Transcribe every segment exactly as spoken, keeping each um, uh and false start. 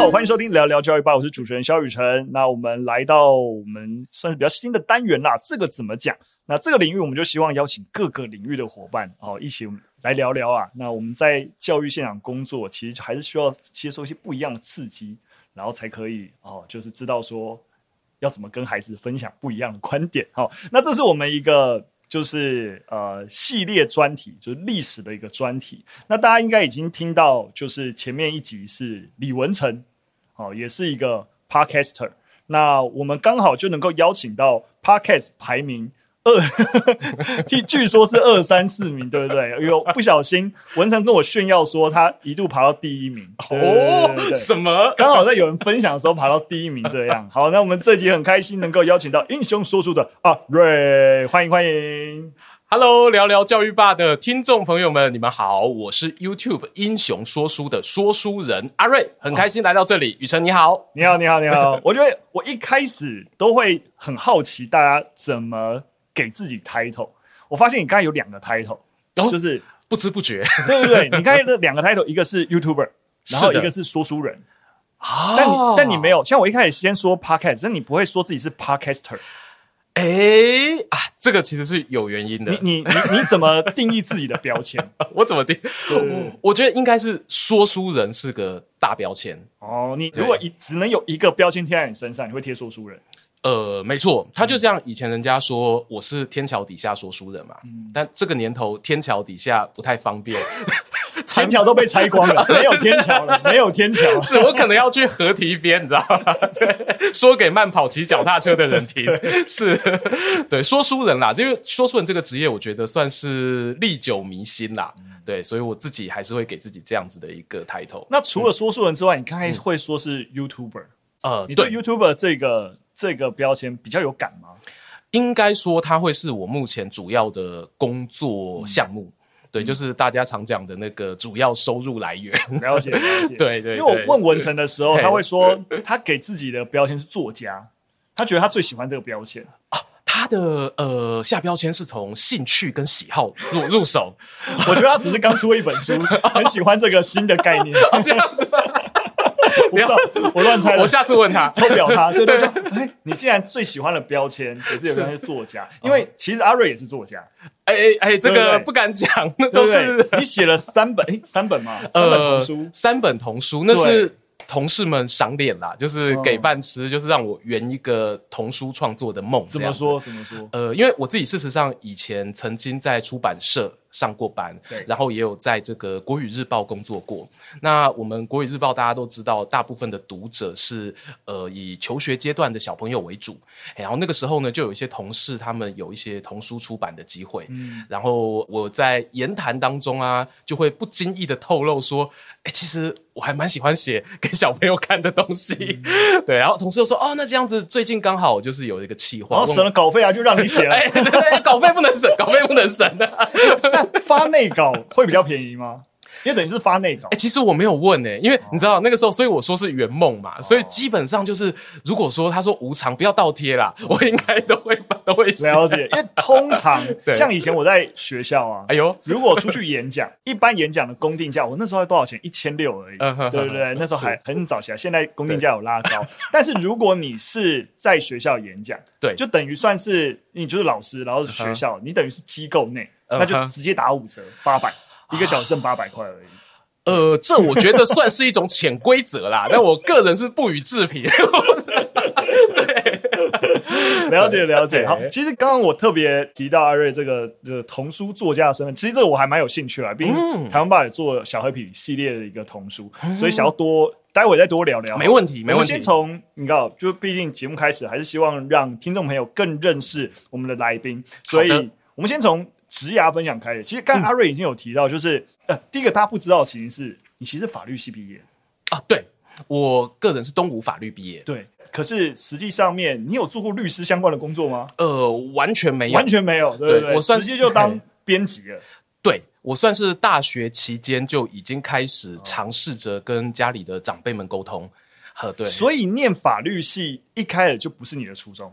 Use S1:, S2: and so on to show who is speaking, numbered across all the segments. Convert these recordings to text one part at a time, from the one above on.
S1: 好，欢迎收听聊聊教育吧，我是主持人萧雨晨。那我们来到我们算是比较新的单元啦，这个怎么讲？那这个领域我们就希望邀请各个领域的伙伴哦，一起来聊聊啊。那我们在教育现场工作，其实还是需要接受一些不一样的刺激，然后才可以哦，就是知道说要怎么跟孩子分享不一样的观点。好、哦，那这是我们一个。就是呃系列专题，就是历史的一个专题。那大家应该已经听到，就是前面一集是李文成，哦，也是一个 podcaster。那我们刚好就能够邀请到 podcast 排名二，据说是二三四名，对不对？有不小心文成跟我炫耀说，他一度爬到第一名。对对对对对
S2: 哦，什么？
S1: 刚好在有人分享的时候爬到第一名，这样。好，那我们这集很开心能够邀请到英雄说书的阿瑞，欢迎欢迎。
S2: Hello， 聊聊教育吧的听众朋友们，你们好，我是 YouTube 英雄说书的说书人阿瑞，很开心来到这里。雨晨你好，
S1: 你好，你好，你好。我觉得我一开始都会很好奇，大家怎么给自己 title。我发现你刚才有两个 title，、哦、就是
S2: 不知不觉，
S1: 对对对，你刚才的两个 title， 一个是 YouTuber， 然后一个是说书人。
S2: 啊，
S1: 但你但你没有，像我一开始先说 podcast， 但你不会说自己是 podcaster。
S2: 哎啊，这个其实是有原因的。
S1: 你你你你怎么定义自己的标签？
S2: 我怎么定？
S1: 对对对，
S2: 我觉得应该是说书人是个大标签。
S1: 哦，你如果一只能有一个标签贴在你身上，你会贴说书人？
S2: 呃，没错，他就像以前人家说我是天桥底下说书人嘛，嗯、但这个年头天桥底下不太方便。
S1: 天桥都被拆光了，没有天桥了，没有天桥。
S2: 是我可能要去河堤边，你知道吗？对，说给慢跑骑脚踏车的人听。是，对，说书人啦，因为说书人这个职业，我觉得算是历久弥新啦。嗯、对，所以我自己还是会给自己这样子的一个 title。
S1: 那除了说书人之外，嗯、你刚才会说是 YouTuber，
S2: 呃，
S1: 你对 YouTuber 这个这个标签比较有感吗？
S2: 应该说，它会是我目前主要的工作项目。嗯对，就是大家常讲的那个主要收入来源。
S1: 了解，了解。
S2: 对 对, 对，
S1: 因为我问文成的时候，他会说他给自己的标签是作家，他觉得他最喜欢这个标签
S2: 啊。他的呃下标签是从兴趣跟喜好入入手。
S1: 我觉得他只是刚出了一本书，很喜欢这个新的概念。
S2: 这样子吗？
S1: 我不知道，我乱猜了。
S2: 我下次问他，
S1: 偷表他。对对对，哎，你既然最喜欢的标签给自己的标签是作家，因为其实阿瑞也是作家。
S2: 哎哎哎，这个不敢讲，那都是
S1: 你写了三本，哎，三本吗？三本童书，
S2: 呃、三本童书，那是同事们赏脸啦，就是给饭吃，嗯、就是让我圆一个童书创作的梦。
S1: 怎么说？怎么说？
S2: 呃，因为我自己事实上以前曾经在出版社上过班，
S1: 对，然
S2: 后也有在这个国语日报工作过。那我们国语日报大家都知道，大部分的读者是呃以求学阶段的小朋友为主。然后那个时候呢，就有一些同事他们有一些童书出版的机会，嗯，然后我在言谈当中啊，就会不经意的透露说，哎，其实我还蛮喜欢写给小朋友看的东西，嗯、对。然后同事就说，哦，那这样子最近刚好就是有一个企划，
S1: 然后省了稿费啊，就让你写了。
S2: 哎，对对，稿费不能省，稿费不能省的。
S1: 那发内稿会比较便宜吗？因为等于是发内稿。
S2: 哎、欸，其实我没有问哎、欸，因为你知道那个时候，所以我说是圆梦嘛，哦、所以基本上就是，如果说他说无偿不要倒贴啦，我应该都会都会写。
S1: 了解，因为通常像以前我在学校啊，
S2: 哎呦，
S1: 如果出去演讲，一般演讲的公定价，我那时候要多少钱？一千六而已，嗯、对不对？那时候还很早起来，现在公定价有拉高。但是如果你是在学校演讲，
S2: 对，
S1: 就等于算是你就是老师，然后是学校，嗯、你等于是机构内，那就直接打五折，八百。一个小时剩八百块而已。
S2: 呃，这我觉得算是一种潜规则啦，但我个人是不予置评。
S1: 对，了解了解。好，其实刚刚我特别提到阿瑞这个这个童书作家的身份，其实这个我还蛮有兴趣啦，毕竟台湾爸也做小黑皮系列的一个童书，嗯、所以想要多待会再多聊聊。
S2: 没问题，没问题。
S1: 我们先从你知道，就毕竟节目开始，还是希望让听众朋友更认识我们的来宾，所以我们先从职涯分享开始。其实刚刚阿瑞已经有提到，就是、嗯、呃，第一个大家不知道的其实是你其实法律系毕业
S2: 啊，对，我个人是东吴法律毕业，
S1: 对。可是实际上面，你有做过律师相关的工作吗？
S2: 呃，完全没有，
S1: 完全没有，对不对？
S2: 对我算
S1: 直接就当编辑了。
S2: 对，我算是大学期间就已经开始尝试着跟家里的长辈们沟通。呃，对，
S1: 所以念法律系一开始就不是你的初衷。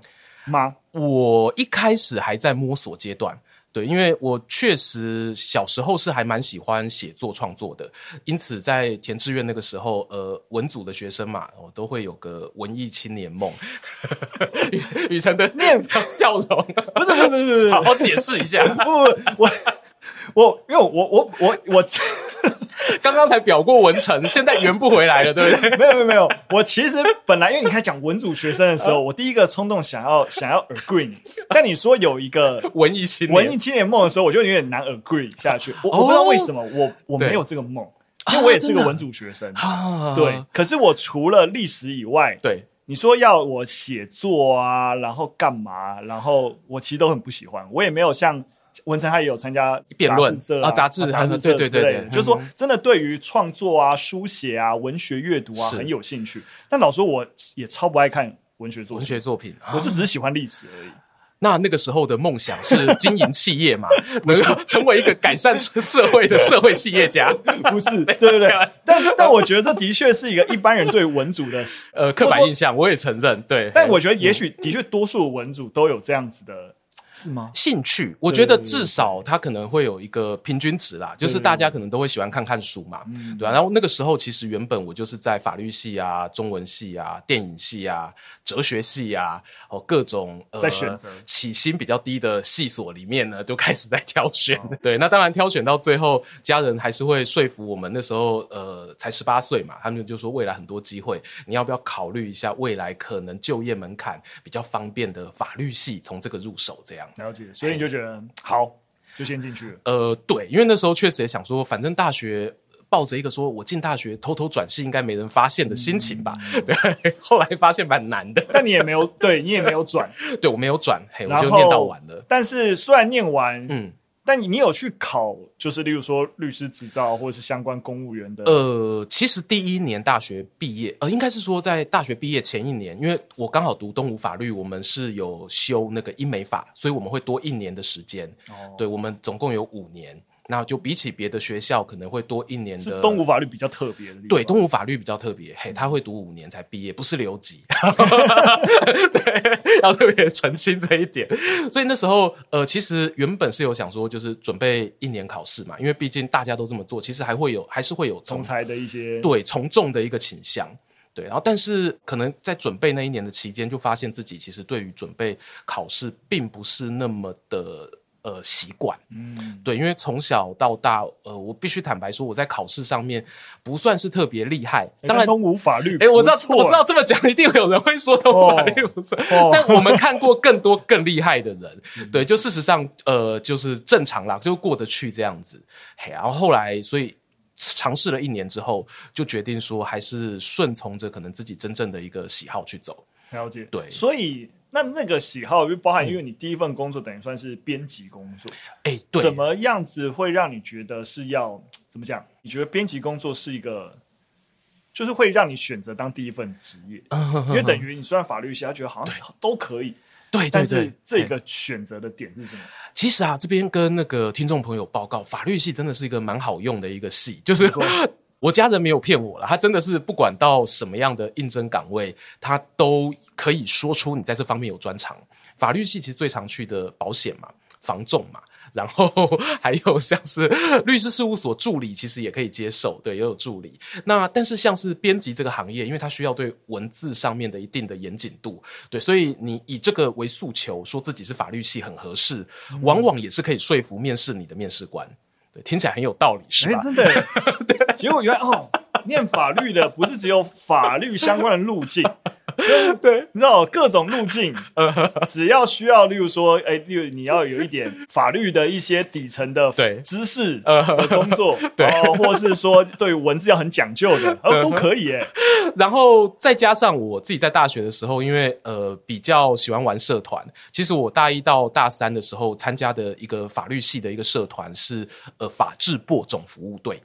S1: 吗？
S2: 我一开始还在摸索阶段。对，因为我确实小时候是还蛮喜欢写作创作的，因此在填志愿那个时候，呃，文组的学生嘛，我都会有个文艺青年梦。雨辰的面笑容，
S1: 不是不是不是不是，
S2: 好好解释一下。
S1: 不不，我我因为我我我我
S2: 刚刚才表过文成，现在圆不回来了，对不对？
S1: 没有没有没有，我其实本来因为你开始讲文组学生的时候，我第一个冲动想要想要 agree 你，但你说有一个
S2: 文艺青年
S1: 文艺青年梦的时候，我就有点难 agree 下去。我、哦、我不知道为什么我我没有这个梦，因为我也是个文组学生，
S2: 啊、
S1: 对。可是我除了历史以外，
S2: 对。
S1: 你说要我写作啊，然后干嘛？然后我其实都很不喜欢，我也没有像文成他也有参加
S2: 辩论
S1: 啊，
S2: 杂志
S1: 啊，
S2: 对对对对，
S1: 就是说真的对于创作啊、书写啊、文学阅读啊很有兴趣。但老实说，我也超不爱看文学作品，
S2: 文学作品，
S1: 我就只是喜欢历史而已。
S2: 那那个时候的梦想是经营企业嘛，能够成为一个改善社会的社会企业家，
S1: 不是？对对对。但但我觉得这的确是一个一般人对文组的
S2: 呃刻板印象，我也承认。对，
S1: 但我觉得也许的确多数文组都有这样子的。是吗？
S2: 兴趣，我觉得至少它可能会有一个平均值啦，就是大家可能都会喜欢看看书嘛，对, 对啊。然后那个时候其实原本我就是在法律系啊、中文系啊、电影系啊、哲学系啊，哦各种呃
S1: 在选择
S2: 起薪比较低的系所里面呢，就开始在挑选。哦、对，那当然挑选到最后，家人还是会说服我们那时候呃才十八岁嘛，他们就说未来很多机会，你要不要考虑一下未来可能就业门槛比较方便的法律系，从这个入手这样。
S1: 了解，所以你就觉得好，就先进去了。
S2: 呃，对，因为那时候确实也想说，反正大学抱着一个说我进大学偷偷转系应该没人发现的心情吧。嗯、对，后来发现蛮难的。
S1: 但你也没有，对你也没有转，
S2: 对我没有转，嘿，我就念到完了。
S1: 但是虽然念完，
S2: 嗯。
S1: 但你有去考，就是例如说律师执照或者是相关公务员的？
S2: 呃，其实第一年大学毕业，呃，应该是说在大学毕业前一年，因为我刚好读东吴法律，我们是有修那个英美法，所以我们会多一年的时间。哦，对，我们总共有五年。那就比起别的学校可能会多一年的，
S1: 是东吴法律比较特别的地方。
S2: 对，东吴法律比较特别，嘿，他会读五年才毕业，不是留级。对，要特别澄清这一点。所以那时候，呃，其实原本是有想说，就是准备一年考试嘛，因为毕竟大家都这么做，其实还会有，还是会有
S1: 从才的一些
S2: 对从众的一个倾向。对，然后但是可能在准备那一年的期间，就发现自己其实对于准备考试并不是那么的。呃，习惯，嗯，对，因为从小到大，呃，我必须坦白说，我在考试上面不算是特别厉害。当然，
S1: 东吴法律，
S2: 哎，我知道，我知道这么讲，一定会有人会说东吴法律不错，哦、但我们看过更多更厉害的人，嗯、对，就事实上，呃，就是正常啦，就过得去这样子。嘿，然后后来，所以尝试了一年之后，就决定说，还是顺从着可能自己真正的一个喜好去走。
S1: 了解，
S2: 对，
S1: 所以。那那个喜好就包含，因为你第一份工作等于算是编辑工作，
S2: 哎、嗯，对，
S1: 怎么样子会让你觉得是要怎么讲？你觉得编辑工作是一个，就是会让你选择当第一份职业，嗯、因为等于你虽然法律系，他觉得好像都可以，
S2: 对，
S1: 但是这个选择的点是什么？
S2: 其实啊，这边跟那个听众朋友报告，法律系真的是一个蛮好用的一个系，就是。我家人没有骗我了，他真的是不管到什么样的应征岗位，他都可以说出你在这方面有专长。法律系其实最常去的保险嘛、房仲嘛，然后还有像是律师事务所助理，其实也可以接受，对，也有助理。那但是像是编辑这个行业，因为它需要对文字上面的一定的严谨度，对，所以你以这个为诉求，说自己是法律系很合适，嗯、往往也是可以说服面试你的面试官。对，听起来很有道理，是吧？
S1: 欸、真的，对。结果原来哦，念法律的不是只有法律相关的路径，对，你知道各种路径，只要需要，例如说，哎、欸，例如你要有一点法律的一些底层的知识的工作，对，哦，或是说对文字要很讲究的，哦，都可以哎。
S2: 然后再加上我自己在大学的时候，因为呃比较喜欢玩社团，其实我大一到大三的时候参加的一个法律系的一个社团是呃法制播种服务队。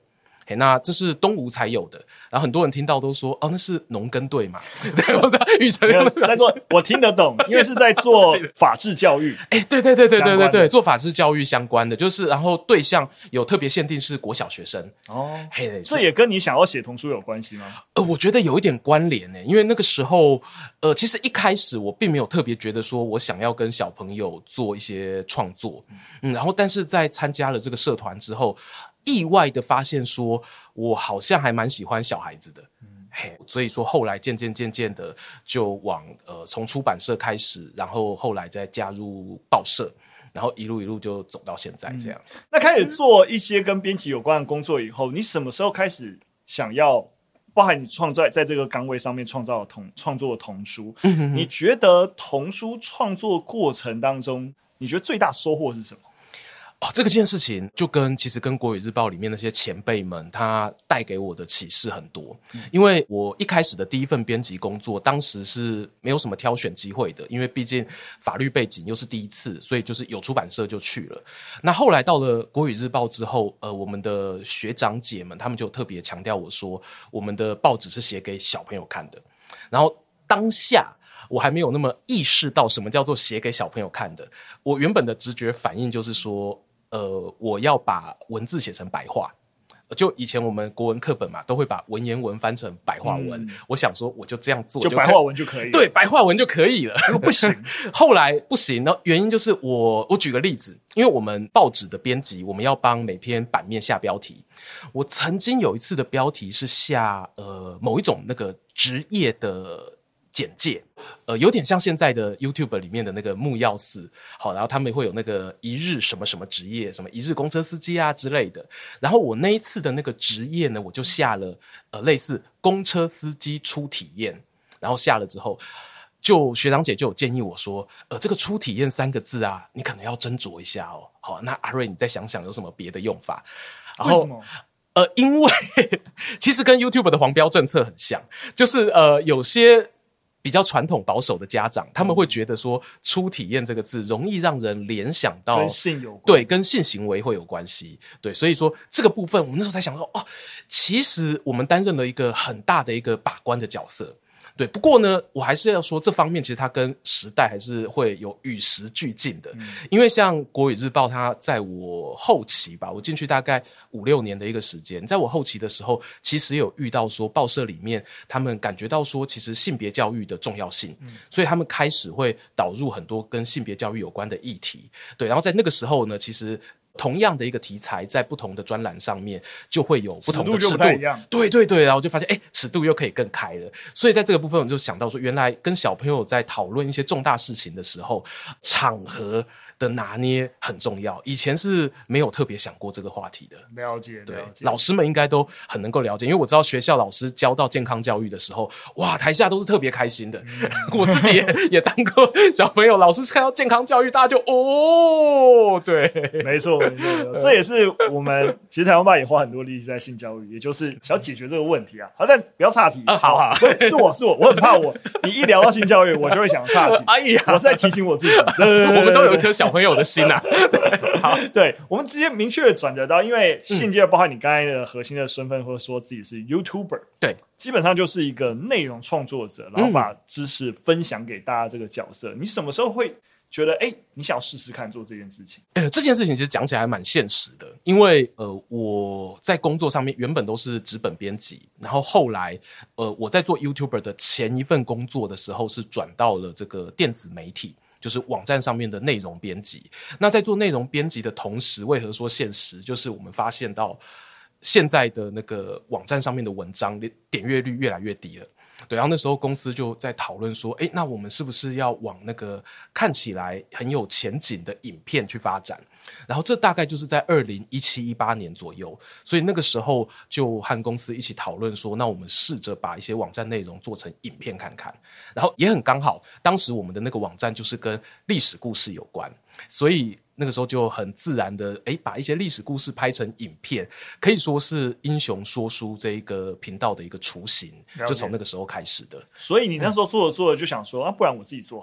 S2: 嘿，那这是东吴才有的，然后很多人听到都说哦，那是农耕队嘛。对，我知道宇辰
S1: 在做，我听得懂，因为是在做法治教育。
S2: 哎，对对对对对对对，做法治教育相关的，就是然后对象有特别限定是国小学生。哦，嘿，
S1: 这也跟你想要写童书有关系吗？
S2: 呃，我觉得有一点关联呢，因为那个时候，呃，其实一开始我并没有特别觉得说我想要跟小朋友做一些创作，嗯，然后但是在参加了这个社团之后，意外的发现说我好像还蛮喜欢小孩子的。嘿，所以说后来渐渐渐渐的就往呃从出版社开始，然后后来再加入报社，然后一路一路就走到现在这样。
S1: 嗯、那开始做一些跟编辑有关的工作以后，你什么时候开始想要，包含你创作在这个岗位上面创造童创作的童书、嗯，你觉得童书创作过程当中，你觉得最大收获是什么？
S2: 哦，这个件事情就跟其实跟国语日报里面那些前辈们他带给我的启示很多、嗯、因为我一开始的第一份编辑工作当时是没有什么挑选机会的，因为毕竟法律背景又是第一次，所以就是有出版社就去了。那后来到了国语日报之后，呃，我们的学长姐们他们就特别强调我说我们的报纸是写给小朋友看的，然后当下我还没有那么意识到什么叫做写给小朋友看的，我原本的直觉反应就是说呃，我要把文字写成白话，就以前我们国文课本嘛，都会把文言文翻成白话文。嗯、我想说，我就这样做就，
S1: 就白话文就可以，
S2: 对，白话文就可以了。
S1: 不行，
S2: 后来不行，然后原因就是我，我举个例子，因为我们报纸的编辑，我们要帮每篇版面下标题。我曾经有一次的标题是下呃某一种那个职业的简介，呃，有点像现在的 YouTube 里面的那个木曜四，好，然后他们会有那个一日什么什么职业，什么一日公车司机啊之类的。然后我那一次的那个职业呢，我就下了呃类似公车司机初体验，然后下了之后，就学长姐就有建议我说，呃，这个初体验三个字啊，你可能要斟酌一下哦。好，那阿瑞你再想想有什么别的用法？然后
S1: 为什么？
S2: 呃，因为其实跟 YouTube 的黄标政策很像，就是呃有些比较传统保守的家长，他们会觉得说初体验这个字容易让人联想到
S1: 跟性有关，
S2: 对，跟性行为会有关系，对，所以说这个部分我们那时候才想说，哦，其实我们担任了一个很大的一个把关的角色。对，不过呢，我还是要说，这方面其实它跟时代还是会有与时俱进的。嗯、因为像国语日报，它在我后期吧，我进去大概五六年的一个时间，在我后期的时候，其实有遇到说报社里面他们感觉到说，其实性别教育的重要性，嗯、所以他们开始会导入很多跟性别教育有关的议题。对，然后在那个时候呢，其实同样的一个题材，在不同的专栏上面就会有不同的尺度，
S1: 尺度就不太一样。
S2: 对对对，然后就发现，哎，尺度又可以更开了。所以在这个部分，我就想到说，原来跟小朋友在讨论一些重大事情的时候，场合的拿捏很重要。以前是没有特别想过这个话题的。
S1: 了解，
S2: 对，
S1: 了解。
S2: 老师们应该都很能够了解，因为我知道学校老师教到健康教育的时候，哇，台下都是特别开心的。嗯、我自己 也, 也当过小朋友，老师看到健康教育，大家就哦，对，
S1: 没错。这也是我们其实台湾爸也花很多力气在性教育，也就是想要解决这个问题啊。好，但不要岔题
S2: 啊！好好，
S1: 是我是我，我很怕我，你一聊到性教育，我就会想岔题。
S2: 哎呀，
S1: 我是在提醒我自己，对对对
S2: 对，我们都有一颗小朋友的心啊。
S1: 对，好，对，我们直接明确的转折到，因为性教育包含你刚才的核心的身份，或者说自己是 YouTuber，
S2: 对，
S1: 基本上就是一个内容创作者，然后把知识分享给大家这个角色。嗯、你什么时候会觉得，哎，你想要试试看做这件事情？
S2: 呃，这件事情其实讲起来还蛮现实的，因为呃，我在工作上面原本都是纸本编辑，然后后来呃，我在做 YouTuber 的前一份工作的时候，是转到了这个电子媒体，就是网站上面的内容编辑。那在做内容编辑的同时，为何说现实？就是我们发现到现在的那个网站上面的文章点阅率越来越低了。对，然后那时候公司就在讨论说，诶，那我们是不是要往那个看起来很有前景的影片去发展？然后这大概就是在二零一七、一八年左右，所以那个时候就和公司一起讨论说，那我们试着把一些网站内容做成影片看看。然后也很刚好，当时我们的那个网站就是跟历史故事有关，所以那个时候就很自然的，诶，把一些历史故事拍成影片，可以说是英雄说书这一个频道的一个雏形，就从那个时候开始的。
S1: 所以你那时候做着做着就想说，啊，不然我自己做好了。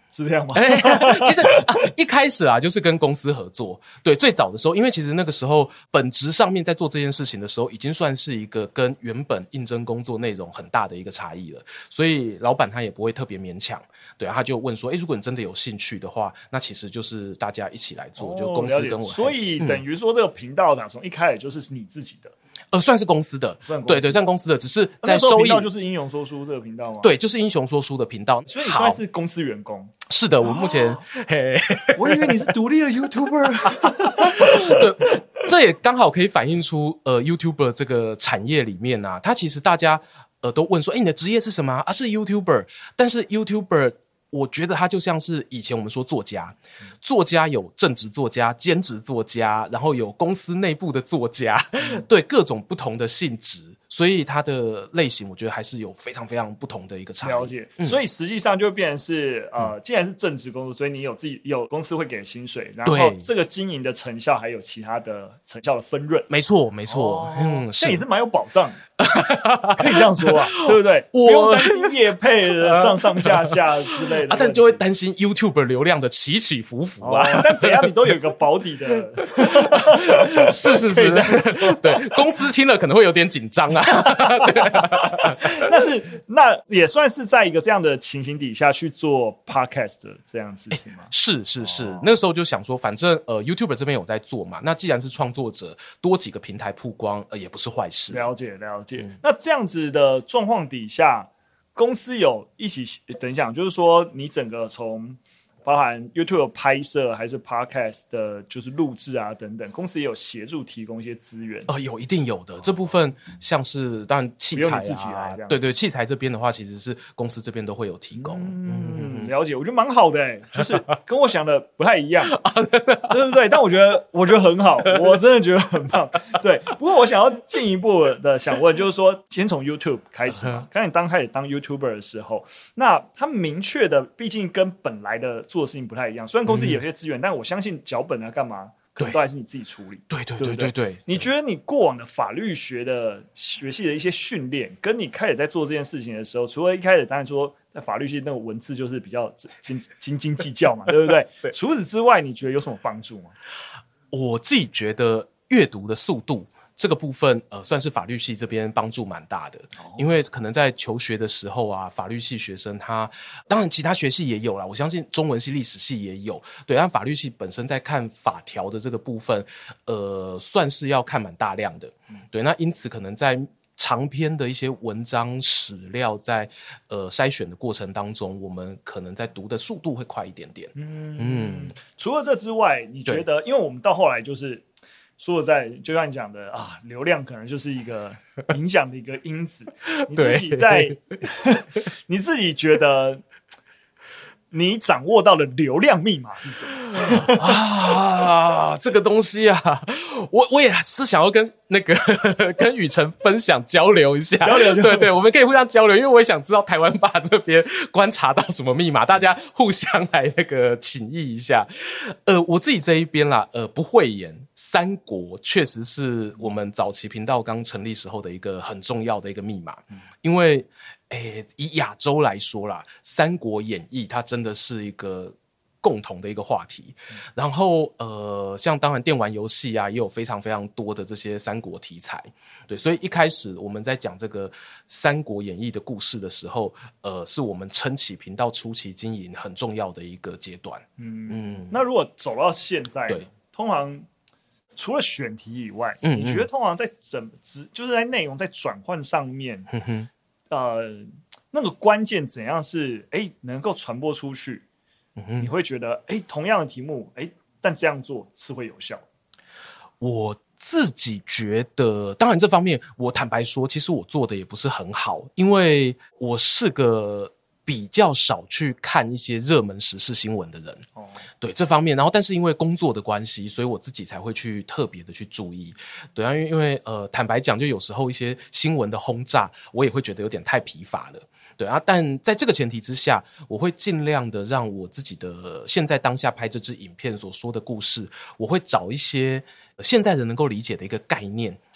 S1: 是这样吗？
S2: 欸、其实、啊、一开始啊，就是跟公司合作。对，最早的时候，因为其实那个时候本质上面在做这件事情的时候，已经算是一个跟原本应征工作内容很大的一个差异了，所以老板他也不会特别勉强。对，他就问说：“哎、欸，如果你真的有兴趣的话，那其实就是大家一起来做，哦、就公司跟我。”
S1: 所以等于说，这个频道打从一开始就是你自己的。
S2: 呃，算是公司的，
S1: 算公司
S2: 对对，算公司的，只是在收益。
S1: 那时候频道就是英雄说书这个频道吗？
S2: 对，就是英雄说书的频道。
S1: 所以你算是公司员工？
S2: 是的，我目前，哦、嘿，
S1: 我以为你是独立的 YouTuber。
S2: 对，这也刚好可以反映出呃 YouTuber 这个产业里面啊，它其实大家呃都问说，哎，你的职业是什么啊？啊，是 YouTuber， 但是 YouTuber。我觉得他就像是以前我们说作家，作家有正职作家、兼职作家，然后有公司内部的作家，嗯、对各种不同的性质，所以它的类型我觉得还是有非常非常不同的一个差异。
S1: 了解，嗯、所以实际上就变成是呃，既然是正职工作，所以你有自己有公司会给薪水，然后这个经营的成效还有其他的成效的分润。
S2: 没错，没错，哦、嗯，
S1: 这也是蛮有保障的，可以这样说啊，对不对？我不用担心业配的上上下下之类的。
S2: 啊，但就会担心 YouTube 流量的起起伏伏啊。
S1: 哦、但怎样你都有一个保底的，
S2: 是是是，对，公司听了可能会有点紧张啊。
S1: 但是那也算是在一个这样的情形底下去做 podcast 的这样的事情吗？欸、
S2: 是是是，哦、那时候就想说，反正呃 YouTuber 这边有在做嘛，那既然是创作者，多几个平台曝光，呃也不是坏事。
S1: 了解了解。嗯、那这样子的状况底下。公司有一起等一下，就是说你整个从包含 YouTube 拍摄还是 Podcast 的，就是录制啊等等，公司也有协助提供一些资源。
S2: 哦，有一定有的、哦、这部分，像是当然器材啊，
S1: 自己来这样，
S2: 对对，器材这边的话，其实是公司这边都会有提供。
S1: 嗯，了解，我觉得蛮好的哎、欸，就是跟我想的不太一样，对不对？但我觉得我觉得很好，我真的觉得很棒。对，不过我想要进一步的想问，就是说，先从 YouTube 开始嘛，刚才你刚开始当 YouTuber 的时候，那他明确的，毕竟跟本来的做的事情不太一样。虽然公司也有些资源，嗯、但我相信脚本啊干嘛，可能都还是你自己处理。
S2: 对对对对 对, 对。
S1: 你觉得你过往的法律学的学系的一些训练，跟你开始在做这件事情的时候，除了一开始当然说在法律系那个文字就是比较斤斤斤计较嘛，对不对？对。除此之外，你觉得有什么帮助吗？
S2: 我自己觉得阅读的速度。这个部分呃，算是法律系这边帮助蛮大的，哦、因为可能在求学的时候啊，法律系学生他当然其他学系也有啦，我相信中文系、历史系也有，对，但法律系本身在看法条的这个部分，呃，算是要看蛮大量的，嗯、对，那因此可能在长篇的一些文章史料在呃筛选的过程当中，我们可能在读的速度会快一点点。嗯
S1: 嗯，除了这之外，你觉得，因为我们到后来就是。说实在，就像你讲的啊，流量可能就是一个影响的一个因子。你自己在，你自己觉得你掌握到的流量密码是什么
S2: 啊？这个东西啊，我我也是想要跟那个跟宇辰分享交流一下，
S1: 交流
S2: 对对，我们可以互相交流，因为我也想知道台湾爸这边观察到什么密码，大家互相来那个请益一下。呃，我自己这一边啦，呃，不讳言。三国确实是我们早期频道刚成立时候的一个很重要的一个密码，嗯、因为，诶，以亚洲来说啦，《三国演义》它真的是一个共同的一个话题。嗯、然后，呃，像当然电玩游戏啊，也有非常非常多的这些三国题材。对，所以一开始我们在讲这个《三国演义》的故事的时候，呃，是我们撑起频道初期经营很重要的一个阶段。嗯
S1: 嗯，那如果走到现在，对，通常。除了选题以外，嗯嗯你觉得通常在整就是在内容在转换上面，嗯哼呃，那个关键怎样是哎能够传播出去？嗯哼你会觉得哎同样的题目，哎，但这样做是会有效。
S2: 我自己觉得，当然这方面我坦白说，其实我做的也不是很好，因为我是个。比较少去看一些热门时事新闻的人，哦，对这方面，然后但是因为工作的关系，所以我自己才会去特别的去注意，对啊，因为因为呃，坦白讲，就有时候一些新闻的轰炸，我也会觉得有点太疲乏了，对啊，但在这个前提之下，我会尽量的让我自己的现在当下拍这支影片所说的故事，我会找一些现在人能够理解的一个概念，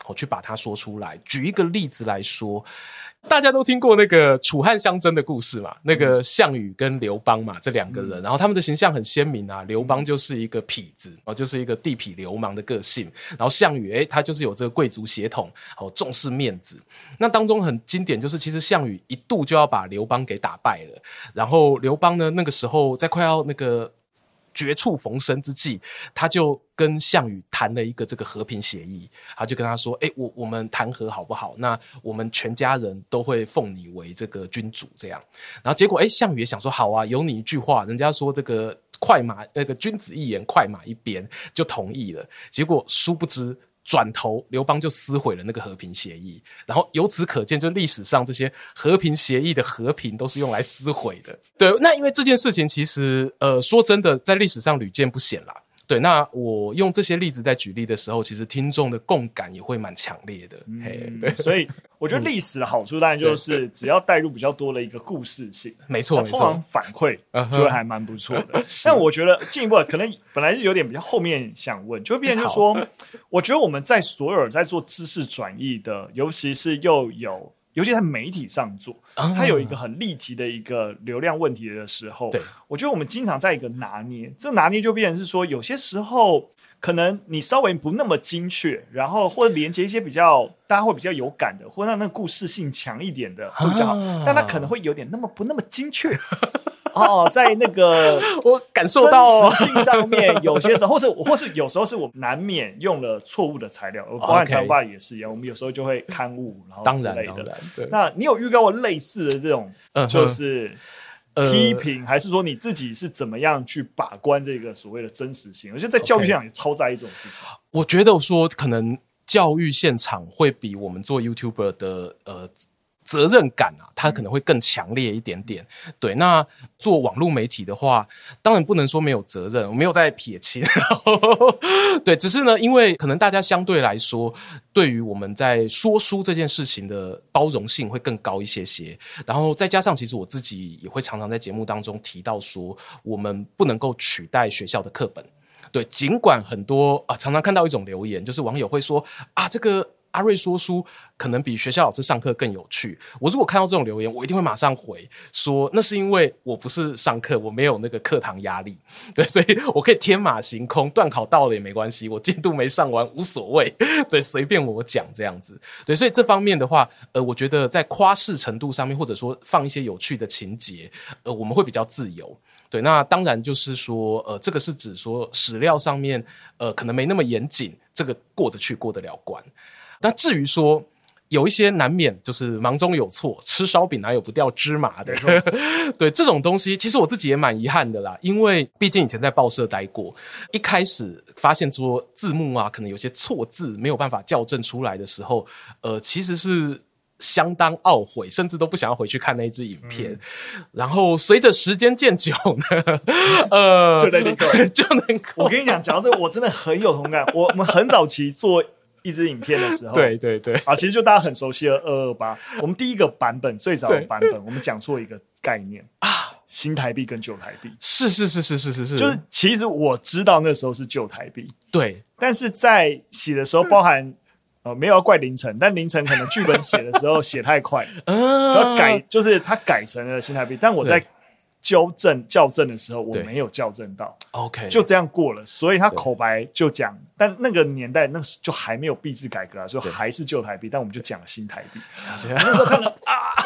S2: 我去把它说出来。举一个例子来说，大家都听过那个楚汉相争的故事嘛，那个项羽跟刘邦嘛，这两个人，然后他们的形象很鲜明啊。刘邦就是一个痞子，就是一个地痞流氓的个性，然后项羽诶他就是有这个贵族血统，重视面子。那当中很经典就是其实项羽一度就要把刘邦给打败了，然后刘邦呢那个时候在快要那个绝处逢生之际，他就跟项羽谈了一个这个和平协议，他就跟他说，诶我我们谈和好不好？那我们全家人都会奉你为这个君主这样。然后结果诶项羽也想说好啊，有你一句话，人家说这个快马那个君子一言快马一鞭，就同意了。结果殊不知转头刘邦就撕毁了那个和平协议，然后由此可见，就历史上这些和平协议的和平都是用来撕毁的。对，那因为这件事情其实呃说真的在历史上屡见不鲜啦。对，那我用这些例子在举例的时候，其实听众的共感也会蛮强烈的。
S1: 嗯
S2: 嘿对，
S1: 所以我觉得历史的好处当然就是只要带入比较多的一个故事性，
S2: 没错没错，
S1: 通常反馈就会还蛮不错的。Uh-huh. 但我觉得进一步可能本来是有点比较后面想问，就会变成就是说，我觉得我们在所有人在做知识转译的，尤其是又有。尤其在媒体上做，它有一个很立即的一个流量问题的时候，我觉得我们经常在一个拿捏，这拿捏就变成是说，有些时候可能你稍微不那么精确，然后或者连接一些比较大家会比较有感的，或者让那个故事性强一点的会比较好，啊、但它可能会有点那么不那么精确。哦，在那个
S2: 我感受到
S1: 真实性上面，有些时候，或是或是有时候是我难免用了错误的材料，包含台湾爸也是一样，我们有时候就会刊物，然后之类的。那你有遇到过类似的这种，就是批评，还是说你自己是怎么样去把关这个所谓的真实性？而且在教育现场也超在意这种事情。
S2: 我觉得说可能教育现场会比我们做 YouTuber 的呃。责任感啊，它可能会更强烈一点点。对，那做网络媒体的话，当然不能说没有责任，我没有在撇清。对，只是呢，因为可能大家相对来说，对于我们在说书这件事情的包容性会更高一些些。然后再加上，其实我自己也会常常在节目当中提到说，我们不能够取代学校的课本。对，尽管很多啊，常常看到一种留言，就是网友会说啊，这个。阿瑞说书可能比学校老师上课更有趣。我如果看到这种留言，我一定会马上回说，那是因为我不是上课，我没有那个课堂压力，对，所以我可以天马行空，段考到了也没关系，我进度没上完无所谓，对，随便我讲这样子。对，所以这方面的话，呃，我觉得在夸饰程度上面，或者说放一些有趣的情节，呃，我们会比较自由。对，那当然就是说，呃，这个是指说史料上面，呃，可能没那么严谨，这个过得去，过得了关。那至于说有一些难免就是忙中有错，吃烧饼哪有不掉芝麻的对，这种东西其实我自己也蛮遗憾的啦，因为毕竟以前在报社待过，一开始发现说字幕啊可能有些错字没有办法校正出来的时候，呃，其实是相当懊悔，甚至都不想要回去看那一支影片、嗯、然后随着时间渐久呢呃，
S1: 就能够
S2: 就能够
S1: 我跟你讲，讲到这个我真的很有同感。我们很早期做一支影片的时候，
S2: 对对对
S1: 啊，其实就大家很熟悉的二二八，我们第一个版本最早的版本，我们讲错一个概念啊，新台币跟旧台币，
S2: 是是是是是是是，
S1: 就是其实我知道那时候是旧台币，
S2: 对，
S1: 但是在写的时候，包含、呃、没有要怪凌晨，但凌晨可能剧本写的时候写太快，嗯，要改就是他改成了新台币，但我在纠正校正的时候我没有校正到
S2: OK
S1: 就这样过了，所以他口白就讲，但那个年代那就还没有币制改革啊，所以还是旧台币，但我们就讲了新台币那时候看了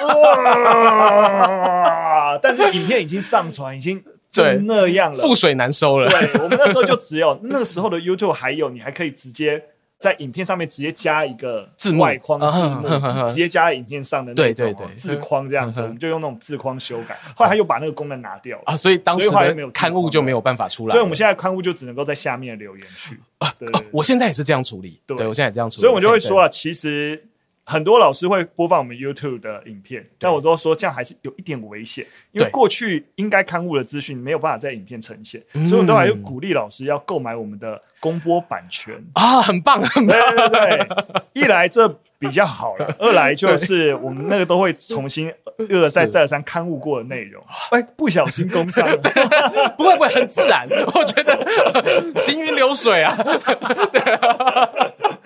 S1: 啊，但是影片已经上传，已经就那样了，
S2: 覆水难收了。
S1: 对，我们那时候就只有那个时候的 YouTube 还有你还可以直接在影片上面直接加一个
S2: 字幕
S1: 外框字幕，直接加在影片上的那种、哦、
S2: 对对对
S1: 字框这样子，我们就用那种字框修改。后来他又把那个功能拿掉了
S2: 啊，所以当时的刊物就没有办法出来，
S1: 所以我们现在刊物就只能够在下面留言去。
S2: 啊、
S1: 对, 对, 对、
S2: 哦，我现在也是这样处理，对, 对我现在也这样处理，
S1: 所以我们就会说啊，其实很多老师会播放我们 YouTube 的影片，但我都说这样还是有一点危险，因为过去应该刊物的资讯没有办法在影片呈现，所以我们都还是鼓励老师要购买我们的公播版权
S2: 啊，很棒，很棒，
S1: 对对对，一来这比较好了，二来就是我们那个都会重新二而再再而三刊物过的内容，哎，不小心工伤了，
S2: 不会不会，很自然，我觉得行云流水啊，对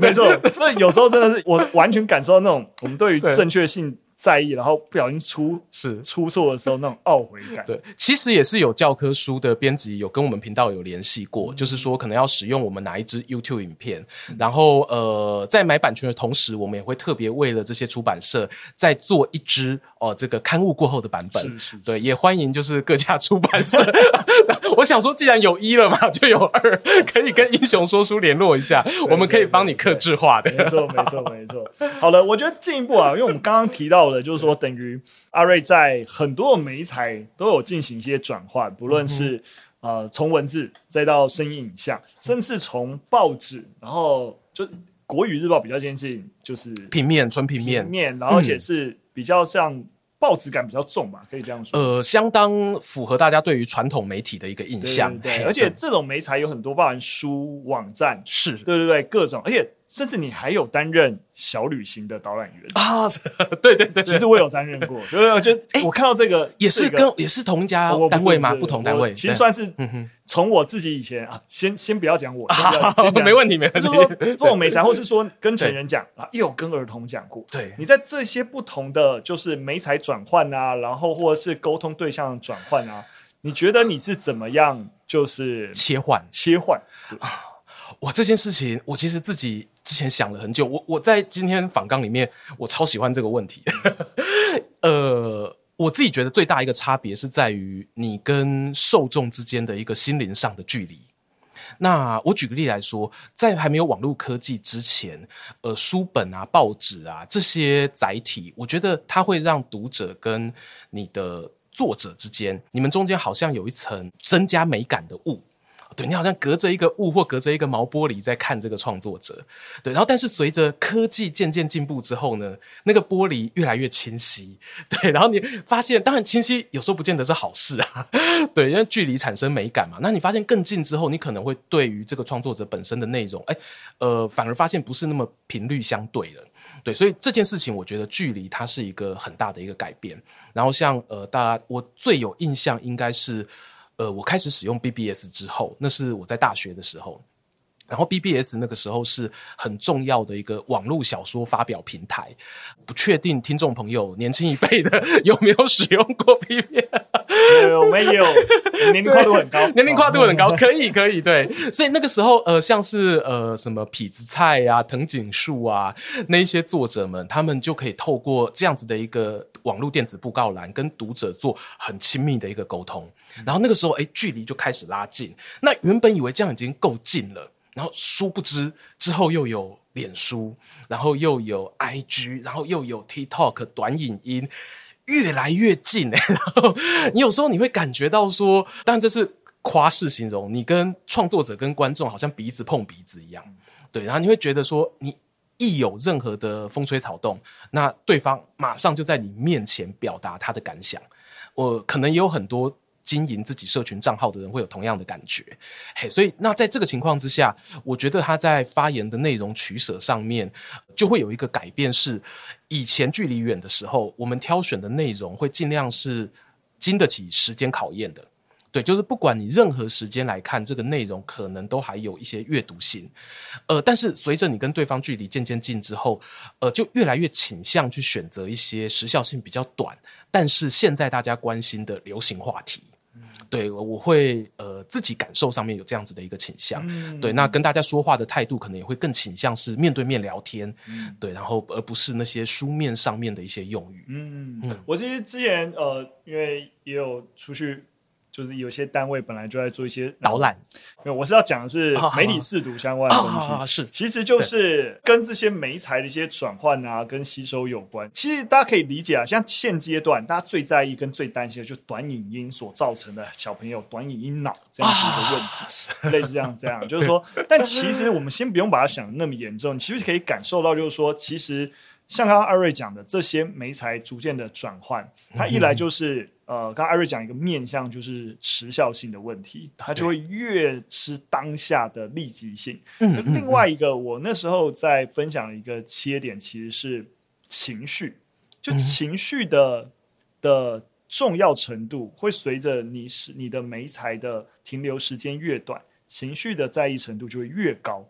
S1: 没错，所以有时候真的是我完全感受到那种我们对于正确性在意，然后不小心出
S2: 是
S1: 出错的时候那种懊悔感。
S2: 对，其实也是有教科书的编辑有跟我们频道有联系过，嗯、就是说可能要使用我们哪一支 YouTube 影片，嗯、然后呃，在买版权的同时，我们也会特别为了这些出版社再做一支哦、呃、这个刊物过后的版本。
S1: 是是是，
S2: 对，也欢迎就是各家出版社。我想说，既然有一了嘛，就有二，可以跟英雄说书联络一下，我们可以帮你客制化的。
S1: 没错，没错，没错。好了，我觉得进一步啊，因为我们刚刚提到的，就是说等于阿瑞在很多的媒材都有进行一些转换，不论是、嗯、呃从文字再到声音影像，甚至从报纸，然后就国语日报比较接近就是
S2: 平面纯平面，
S1: 平面，然后而且是比较像报纸感比较重吧，可以这样说。
S2: 呃，相当符合大家对于传统媒体的一个印象。
S1: 对对对，而且这种媒材有很多，包含书、网站，
S2: 是，
S1: 对对对，各种，而且甚至你还有担任小旅行的导览员
S2: 啊！对对对，
S1: 其实我有担任过，对，我觉得我看到这个
S2: 也是跟、这个、也是同一家单位吗？不, 不同单位，
S1: 其实算是从我自己以前啊，先先不要讲我，
S2: 啊、没问题没问题。
S1: 就是说不同媒材，或是说跟成人讲啊，也有跟儿童讲过。
S2: 对，
S1: 你在这些不同的就是媒材转换啊，然后或者是沟通对象转换啊，你觉得你是怎么样就是
S2: 切换
S1: 切换？
S2: 哇，这件事情我其实自己之前想了很久。我我在今天访纲里面，我超喜欢这个问题。呃，我自己觉得最大一个差别是在于你跟受众之间的一个心灵上的距离。那我举个例来说，在还没有网络科技之前，呃，书本啊、报纸啊这些载体，我觉得它会让读者跟你的作者之间，你们中间好像有一层增加美感的雾。对，你好像隔着一个雾或隔着一个毛玻璃在看这个创作者。对，然后但是随着科技渐渐进步之后呢，那个玻璃越来越清晰。对，然后你发现当然清晰有时候不见得是好事啊。对，因为距离产生美感嘛。那你发现更近之后，你可能会对于这个创作者本身的内容，哎，呃，反而发现不是那么频率相对了。对，所以这件事情我觉得距离它是一个很大的一个改变。然后像呃大家我最有印象应该是呃，我开始使用 B B S 之后，那是我在大学的时候。然后 B B S 那个时候是很重要的一个网络小说发表平台，不确定听众朋友年轻一辈的有没有使用过 B B S？
S1: 有没有？年龄跨度很高，
S2: 年龄跨度很高，可以可以，对。所以那个时候，呃，像是呃什么痞子蔡啊、藤井树啊那一些作者们，他们就可以透过这样子的一个网络电子布告栏，跟读者做很亲密的一个沟通。然后那个时候，哎，距离就开始拉近。那原本以为这样已经够近了。然后殊不知之后又有脸书，然后又有 I G， 然后又有 TikTok 短影音，越来越近欸。然后你有时候你会感觉到说，当然这是夸饰形容，你跟创作者跟观众好像鼻子碰鼻子一样。对，然后你会觉得说，你一有任何的风吹草动，那对方马上就在你面前表达他的感想。我可能也有很多经营自己社群账号的人会有同样的感觉，嘿，所以那在这个情况之下，我觉得他在发言的内容取舍上面就会有一个改变，是以前距离远的时候，我们挑选的内容会尽量是经得起时间考验的。对，就是不管你任何时间来看，这个内容可能都还有一些阅读性，呃，但是随着你跟对方距离渐渐近之后，呃，就越来越倾向去选择一些时效性比较短，但是现在大家关心的流行话题。对，我会呃自己感受上面有这样子的一个倾向，嗯、对，那跟大家说话的态度可能也会更倾向是面对面聊天，嗯、对，然后而不是那些书面上面的一些用语。
S1: 嗯，嗯我其实之前呃，因为也有出去。就是有些单位本来就在做一些
S2: 导览，
S1: 没有，我是要讲的是媒体识读相关的东西，
S2: 啊啊啊、是，
S1: 其实就是跟这些媒材的一些转换啊，跟吸收有关。其实大家可以理解啊，像现阶段大家最在意跟最担心的，就是短影音所造成的小朋友短影音脑这样子的问题，啊、类似这样这样，就是说，但其实我们先不用把它想的那么严重，你其实可以感受到，就是说，其实像刚刚阿瑞讲的，这些媒材逐渐的转换，它一来就是。嗯呃，刚刚艾瑞讲一个面向，就是时效性的问题，它就会越吃当下的立即性。嗯，另外一个，我那时候在分享一个切点，其实是情绪，就情绪的、嗯、的重要程度会随着你你的媒材的停留时间越短，情绪的在意程度就会越高。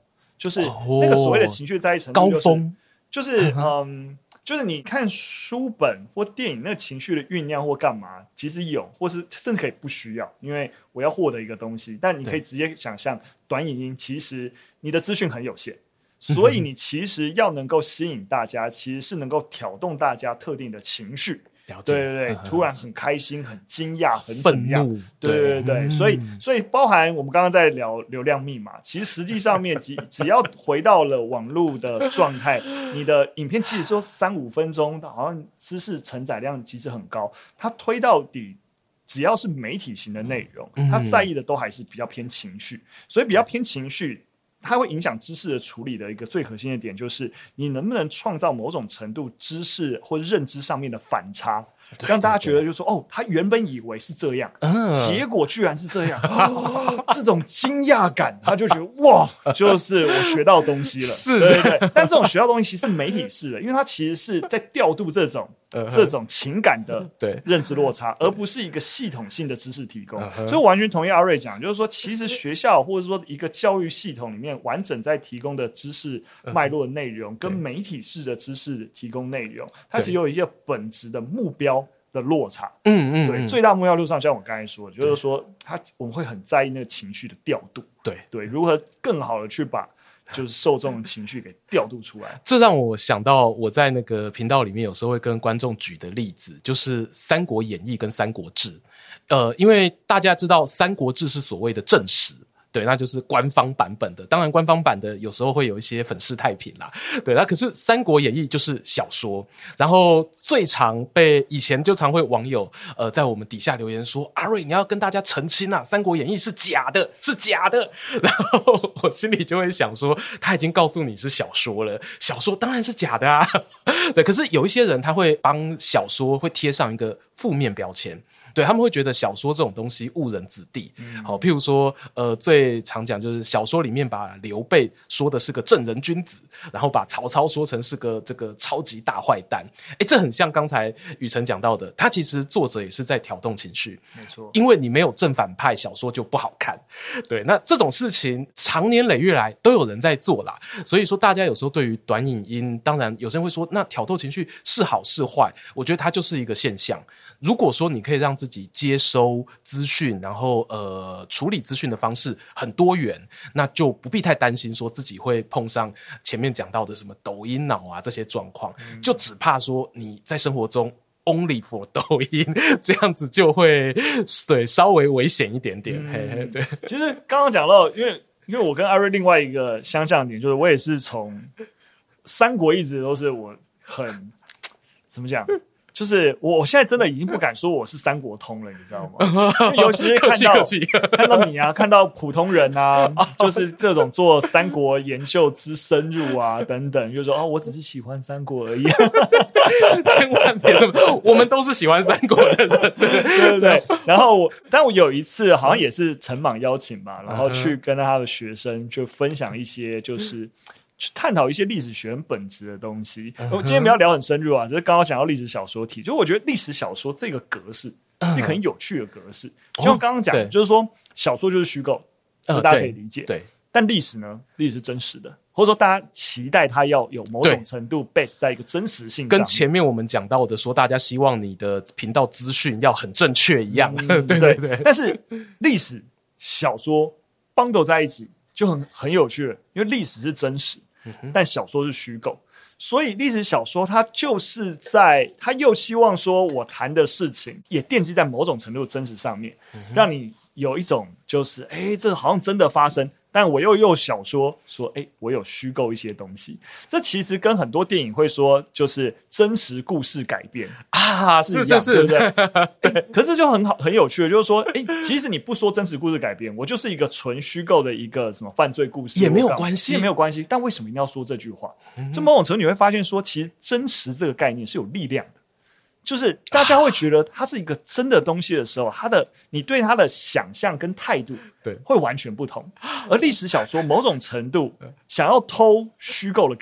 S1: 就是那个所谓的情绪在意程度、就是，
S2: 高峰，
S1: 就是嗯。就是你看书本或电影，那个情绪的酝酿或干嘛，其实有，或是甚至可以不需要，因为我要获得一个东西。但你可以直接想象，短影音其实你的资讯很有限，所以你其实要能够吸引大家，其实是能够挑动大家特定的情绪。对对对，突然很开心、很惊讶、很怎样？对对对对，所以所以包含我们刚刚在聊流量密码，其实实际上面只只要回到了网络的状态，你的影片其实说三五分钟，好像知识承载量其实很高，它推到底。只要是媒体型的内容，它在意的都还是比较偏情绪，所以比较偏情绪。它会影响知识的处理的一个最核心的点，就是你能不能创造某种程度知识或认知上面的反差，让大家觉得就是说，哦，他原本以为是这样，嗯、结果居然是这样，哦、这种惊讶感，他就觉得哇，就是我学到东西了，
S2: 是，
S1: 对对对。但这种学到东西其实是媒体式的，因为它其实是在调度这种。这种情感的认知落差，而不是一个系统性的知识提供。所以我完全同意阿瑞讲，就是说，其实学校或者说一个教育系统里面完整在提供的知识脉络的内容，跟媒体式的知识提供内容，它是有一些本质的目标的落差。
S2: 嗯嗯，
S1: 对，最大目标路上，像我刚才说的，就是说，他我们会很在意那个情绪的调度。
S2: 对
S1: 对，如何更好的去把。就是受众的情绪给调度出来，
S2: 这让我想到我在那个频道里面有时候会跟观众举的例子，就是《三国演义》跟《三国志》。呃，因为大家知道《三国志》是所谓的正史。对，那就是官方版本的。当然，官方版的有时候会有一些粉饰太平啦。对，那可是《三国演义》就是小说，然后最常被以前就常会网友呃在我们底下留言说：“阿瑞，你要跟大家澄清啊，《三国演义》是假的，是假的。”然后我心里就会想说，他已经告诉你是小说了，小说当然是假的啊。对，可是有一些人他会帮小说会贴上一个负面标签。对，他们会觉得小说这种东西误人子弟。好、嗯，譬如说，呃，最常讲就是小说里面把刘备说的是个正人君子，然后把曹操说成是个这个超级大坏蛋。诶，这很像刚才宇辰讲到的，他其实作者也是在挑动情绪。
S1: 没错，
S2: 因为你没有正反派，小说就不好看。对，那这种事情长年累月来都有人在做啦。所以说，大家有时候对于短影音，当然有些人会说，那挑逗情绪是好是坏？我觉得它就是一个现象。如果说你可以让自己接收资讯，然后呃处理资讯的方式很多元，那就不必太担心说自己会碰上前面讲到的什么抖音脑啊这些状况，嗯、就只怕说你在生活中 only for 抖音这样子就会对稍微危险一点点。嗯、嘿嘿对，
S1: 其实刚刚讲到，因为因为我跟阿瑞另外一个相像点，就是我也是从三国一直都是我很怎么讲。就是我，我现在真的已经不敢说我是三国通了，你知道吗？尤其是看到
S2: 客气客气
S1: 看到你啊，看到普通人啊，就是这种做三国研究之深入啊等等，就说哦，我只是喜欢三国而已。
S2: 千万别这么，我们都是喜欢三国的人，对
S1: 对对对。然后我，但我有一次好像也是陈莽邀请嘛，然后去跟他的学生就分享一些就是。去探讨一些历史学很本质的东西。我、uh-huh. 今天不要聊很深入啊，只是刚刚想到历史小说题，就我觉得历史小说这个格式是一个很有趣的格式。Uh-huh. 就像刚刚讲的，就是说小说就是虚构，就大家可以理解。
S2: Uh, 对，对
S1: 但历史呢，历史是真实的，或者说大家期待它要有某种程度 base 在一个真实性上，
S2: 跟前面我们讲到的说，大家希望你的频道资讯要很正确一样。
S1: 嗯、
S2: 对对对。
S1: 但是历史小说 bundle 在一起就很很有趣了，因为历史是真实。但小说是虚构，所以历史小说它就是在，它又希望说我谈的事情也奠基在某种程度的真实上面，让你有一种就是哎，这好像真的发生，但我又用小说说哎，我有虚构一些东西。这其实跟很多电影会说就是真实故事改编
S2: 啊，是是是，
S1: 对不对？对，可是就很好很有趣的，就是说哎，即使你不说真实故事改编，我就是一个纯虚构的一个什么犯罪故事
S2: 也没有关系，
S1: 也没有关系。但为什么一定要说这句话？嗯、就某种程度你会发现说，其实真实这个概念是有力量的。就是大家会觉得它是一个真的东西的时候，它的你对它的想象跟态度对会完全不同。而历史小说某种程度想要偷虚构的概念，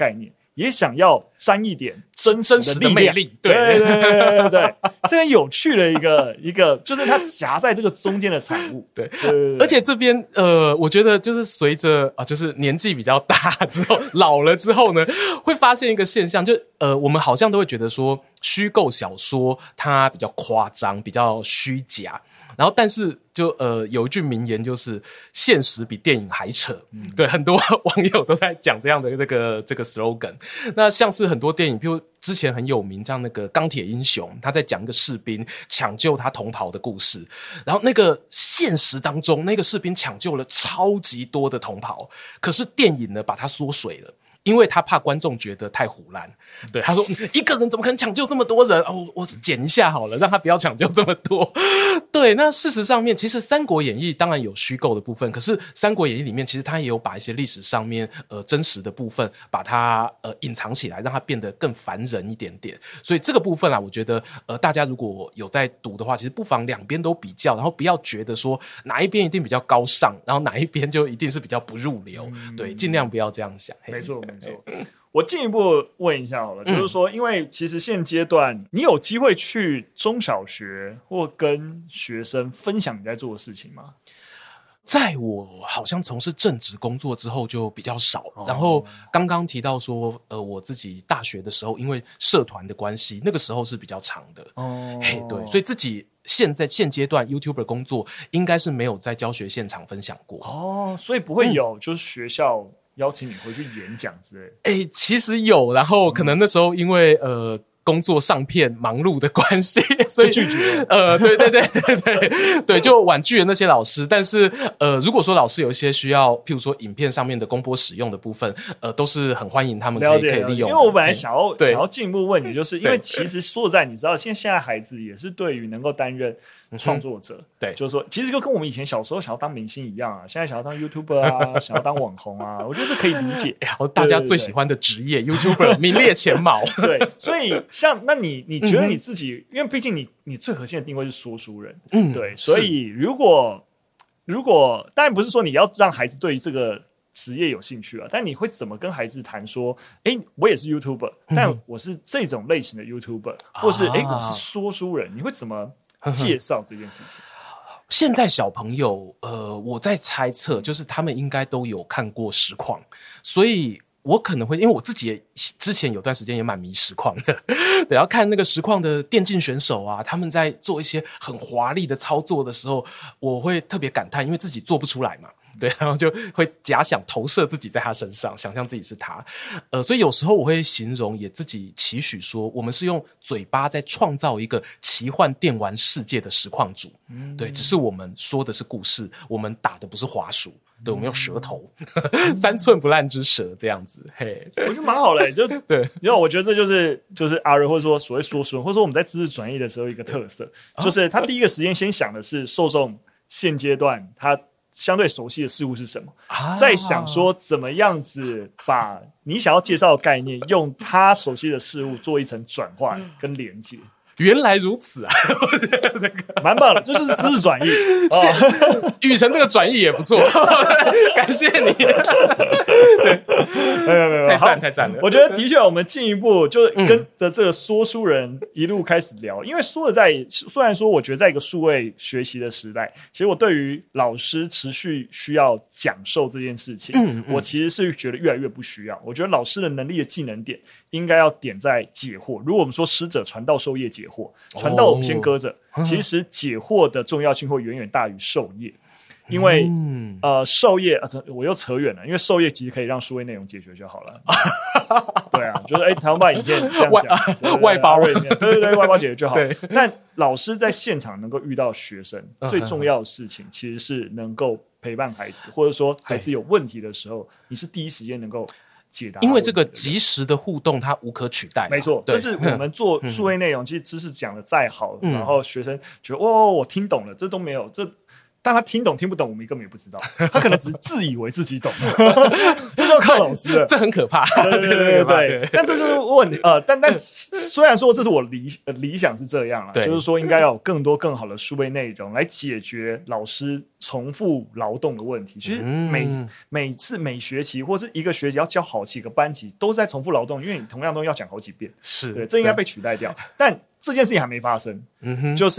S1: 也想要沾一点真实的力量，
S2: 魅力，对
S1: 对对对对对，这很有趣的一个一个，就是它夹在这个中间的产物。
S2: 对，
S1: 对对对，
S2: 而且这边呃，我觉得就是随着啊，就是年纪比较大之后，老了之后呢，会发现一个现象，就呃，我们好像都会觉得说，虚构小说它比较夸张，比较虚假。然后，但是就呃有一句名言，就是现实比电影还扯。嗯、对，很多网友都在讲这样的那个这个 slogan。那像是很多电影，譬如之前很有名，像那个《钢铁英雄》，他在讲一个士兵抢救他同袍的故事。然后那个现实当中，那个士兵抢救了超级多的同袍，可是电影呢把它缩水了。因为他怕观众觉得太唬烂，对他说一个人怎么可能抢救这么多人哦，我减一下好了，让他不要抢救这么多。对，那事实上面其实《三国演义》当然有虚构的部分，可是《三国演义》里面其实他也有把一些历史上面呃真实的部分把它呃隐藏起来，让它变得更凡人一点点。所以这个部分啊，我觉得呃大家如果有在读的话，其实不妨两边都比较，然后不要觉得说哪一边一定比较高尚，然后哪一边就一定是比较不入流。嗯、对，尽量不要这样想。
S1: 没错。没错，我进一步问一下好了，嗯、就是说，因为其实现阶段你有机会去中小学或跟学生分享你在做的事情吗？
S2: 在我好像从事正职工作之后就比较少，哦、然后刚刚提到说，呃，我自己大学的时候因为社团的关系，那个时候是比较长的哦，嘿，对，所以自己现在现阶段 YouTuber 工作应该是没有在教学现场分享过
S1: 哦，所以不会有就是学校邀请你回去演讲之类的。
S2: 诶、欸，其实有，然后可能那时候因为呃工作上片忙碌的关系，所以
S1: 就拒绝了。
S2: 呃，对对对对对对，就婉拒了那些老师。但是呃，如果说老师有一些需要，譬如说影片上面的公播使用的部分，呃，都是很欢迎他们可以可以利用的。
S1: 因为我本来想要想要进一步问你，就是因为其实说实在，你知道，现在现在孩子也是对于能够担任创作者，嗯、
S2: 对，
S1: 就是说，其实就跟我们以前小时候想要当明星一样啊，现在想要当 YouTuber 啊，想要当网红啊，我觉得这可以理解。
S2: 然后大家最喜欢的职业 YouTuber 名列前茅。
S1: 对，所以像那你你觉得你自己，嗯、因为毕竟你你最核心的定位是说书人，嗯，对，所以如果如果当然不是说你要让孩子对于这个职业有兴趣啊，但你会怎么跟孩子谈说，哎，我也是 YouTuber，嗯、但我是这种类型的 YouTuber，、啊、或是哎我是说书人，你会怎么介绍这件事情？
S2: 现在小朋友，呃，我在猜测，就是他们应该都有看过实况，所以我可能会，因为我自己也之前有段时间也蛮迷实况的，对，要看那个实况的电竞选手啊，他们在做一些很华丽的操作的时候，我会特别感叹，因为自己做不出来嘛。对，然后就会假想投射自己在他身上，想象自己是他，呃，所以有时候我会形容，也自己期许说，我们是用嘴巴在创造一个奇幻电玩世界的实况主，嗯、对，只是我们说的是故事，我们打的不是滑鼠，对，我们用舌头，嗯、三寸不烂之舌这样子，嘿，
S1: 我觉得蛮好嘞，就对，因为我觉得这就是就是阿瑞或者说所谓说书人，或者说我们在知识转译的时候一个特色，哦、就是他第一个时间先想的是受众现阶段他相对熟悉的事物是什么，啊、再想说怎么样子把你想要介绍的概念用他熟悉的事物做一层转换跟连接。
S2: 原来如此啊，
S1: 蛮棒的，这就是知识转译。
S2: 哦、宇辰这个转译也不错，感谢你。对，
S1: 没有没有，
S2: 太赞太赞了。
S1: 我觉得的确，我们进一步就跟着这个说书人一路开始聊，嗯、因为说的在虽然说，我觉得在一个数位学习的时代，其实我对于老师持续需要讲授这件事情，嗯嗯、我其实是觉得越来越不需要。我觉得老师的能力的技能点应该要点在解惑。如果我们说师者传道授业解惑，传道我们先搁着，哦、其实解惑的重要性会远远大于授业。因为、嗯、呃，授业啊，我又扯远了。因为授业其实可以让数位内容解决就好了。对啊，就是哎，台湾版影片这样讲，
S2: 外包
S1: 对对对对，外包解决就好。但老师在现场能够遇到学生，最重要的事情其实是能够陪伴孩子，或者说孩子有问题的时候，你是第一时间能够解答。
S2: 因为这个即时的互动，它无可取代。
S1: 没错，这是我们做数位内容，其实知识讲的再好，嗯、然后学生觉得哦，我听懂了，这都没有这。 但他听懂听不懂，我们根本也不知道，他可能只是自以为自己懂，这就要靠老师了，
S2: 这很可怕。
S1: 对对对 对, 对, 对，但这就是问题呃，但但虽然说这是我理理想是这样啦，就是说应该要有更多更好的数位内容来解决老师重复劳动的问题。其实每、嗯、每次每学期或是一个学期要教好几个班级，都是在重复劳动，因为你同样东西要讲好几遍，
S2: 是
S1: 对，这应该被取代掉。但这件事情还没发生，嗯哼，就是。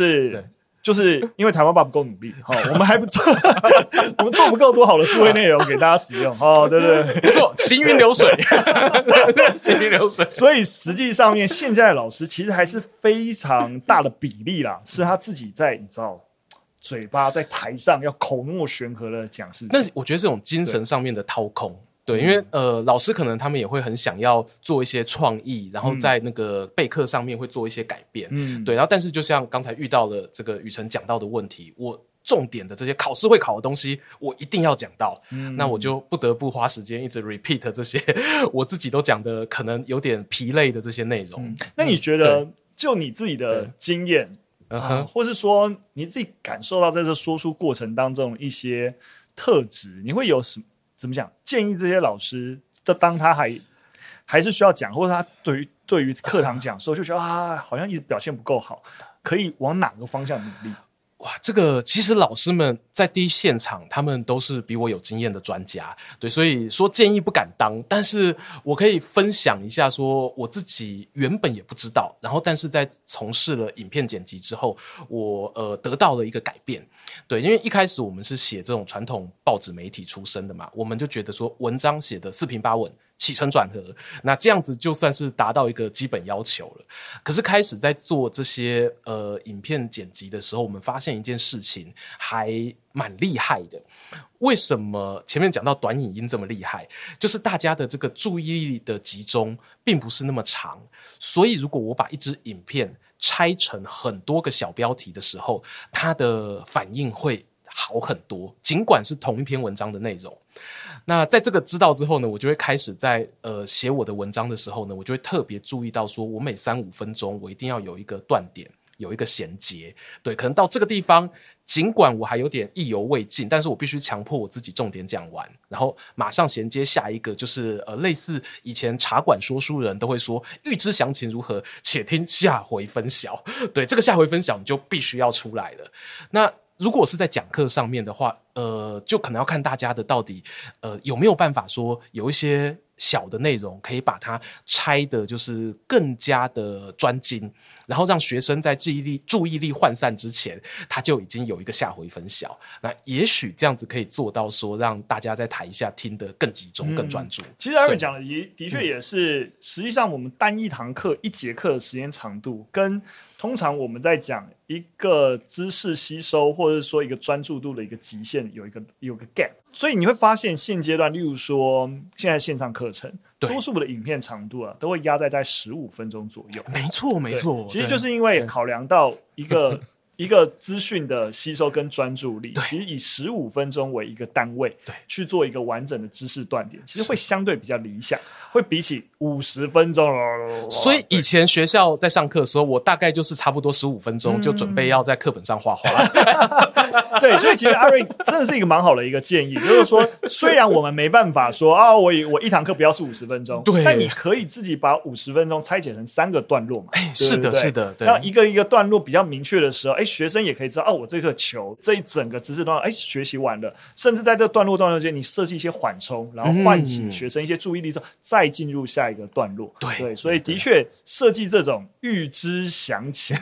S1: 就是因为台湾爸不够努力，哦，我们还不做，我们做不够多好的数位内容给大家使用，哦，对不对？
S2: 没错，行云流水，行云流水。
S1: 所以实际上面，现在的老师其实还是非常大的比例啦，是他自己在你知道嘴巴在台上要口沫悬河的讲事情。
S2: 那我觉得这种精神上面的掏空。对，因为呃，老师可能他们也会很想要做一些创意，然后在那个备课上面会做一些改变，嗯，对，然后但是就像刚才遇到了这个宇辰讲到的问题，我重点的这些考试会考的东西，我一定要讲到，嗯，那我就不得不花时间一直 repeat 这些我自己都讲的可能有点疲累的这些内容。
S1: 嗯、那你觉得，就你自己的经验，啊，或是说你自己感受到在这说书过程当中一些特质，你会有什么？怎么讲？建议这些老师的，当他还还是需要讲，或者他对于对于课堂讲授就觉得啊，好像一直表现不够好，可以往哪个方向努力？
S2: 哇，这个其实老师们在第一现场，他们都是比我有经验的专家，对，所以说建议不敢当，但是我可以分享一下，说我自己原本也不知道，然后但是在从事了影片剪辑之后，我呃得到了一个改变。对，因为一开始我们是写这种传统报纸媒体出身的嘛，我们就觉得说文章写的四平八稳，起承转合，那这样子就算是达到一个基本要求了。可是开始在做这些呃影片剪辑的时候，我们发现一件事情还蛮厉害的。为什么前面讲到短影音这么厉害？就是大家的这个注意力的集中并不是那么长，所以如果我把一支影片拆成很多个小标题的时候，它的反应会好很多，尽管是同一篇文章的内容。那在这个知道之后呢，我就会开始在呃写我的文章的时候呢，我就会特别注意到说，我每三五分钟我一定要有一个断点，有一个衔接。对，可能到这个地方，尽管我还有点意犹未尽，但是我必须强迫我自己重点讲完，然后马上衔接下一个，就是呃类似以前茶馆说书人都会说，欲知详情如何，且听下回分晓。对，这个下回分晓你就必须要出来了。那如果是在讲课上面的话，呃，就可能要看大家的到底，呃，有没有办法说有一些小的内容可以把它拆的，就是更加的专精，然后让学生在记忆力、注意力涣散之前，他就已经有一个下回分晓。那也许这样子可以做到说，让大家在台下听得更集中、嗯、更专注。
S1: 其实阿瑞讲的也的确也是、嗯，实际上我们单一堂课一节课的时间长度跟。通常我们在讲一个知识吸收，或者说一个专注度的一个极限，有一个有个 gap， 所以你会发现现阶段，例如说现在线上课程，多数的影片长度啊，都会压在在十五分钟左右。
S2: 没错，没错，
S1: 其实就是因为考量到一个一个资讯的吸收跟专注力，其实以十五分钟为一个单位，对，去做一个完整的知识断点，其实会相对比较理想，会比起五十分钟。
S2: 所以以前学校在上课的时候，我大概就是差不多十五分钟就准备要在课本上画画。
S1: 嗯、对，所以其实阿瑞真的是一个蛮好的一个建议，就是说，虽然我们没办法说啊，我我一堂课不要是五十分钟，对，但你可以自己把五十分钟拆解成三个段落嘛。哎，
S2: 是的，是的，对。
S1: 那一个一个段落比较明确的时候，哎，学生也可以知道，哦，我这个球这一整个知识段落，哎，学习完了，甚至在这个段落段落间，你设计一些缓冲，然后唤起学生一些注意力之后，嗯、再进入下一个段落。
S2: 对
S1: 对，所以的确设计这种预知详情。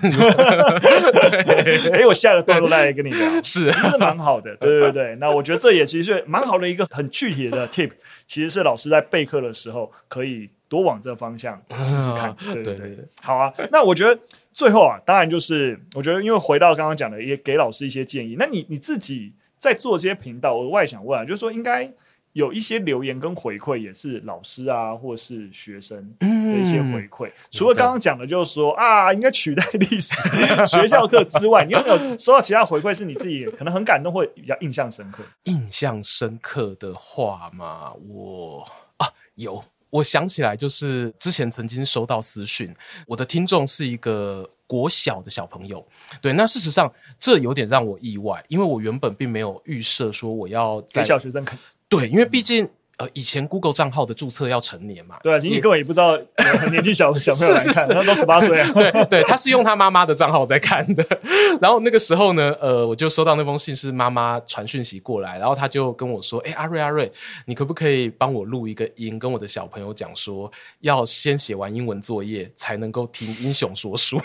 S1: 哎，我下个段落再来跟你聊，
S2: 是，
S1: 其实蛮好的。对对对，那我觉得这也其实蛮好的一个很具体的 tip， 其实是老师在备课的时候可以多往这方向试试看。对对 对, 对, 对，好啊。那我觉得最后啊，当然就是我觉得，因为回到刚刚讲的，也给老师一些建议。那你你自己在做这些频道，额外想问啊，就是说应该有一些留言跟回馈，也是老师啊，或是学生的一些回馈。嗯、除了刚刚讲的，就是说啊，应该取代历史学校课之外，你有没有收到其他回馈，是你自己可能很感动或比较印象深刻？
S2: 印象深刻的话嘛，我啊有。我想起来，就是之前曾经收到私讯，我的听众是一个国小的小朋友。对，那事实上这有点让我意外，因为我原本并没有预设说我要在
S1: 给小学生看。
S2: 对，因为毕竟呃，以前 Google 账号的注册要成年嘛。
S1: 对啊，你根本也不知道很年轻小小朋友来看，他都十八岁啊。
S2: 对对，他是用他妈妈的账号在看的。然后那个时候呢，呃，我就收到那封信是妈妈传讯息过来，然后他就跟我说：“哎，阿瑞阿瑞，你可不可以帮我录一个音，跟我的小朋友讲说，要先写完英文作业才能够听英雄说书。”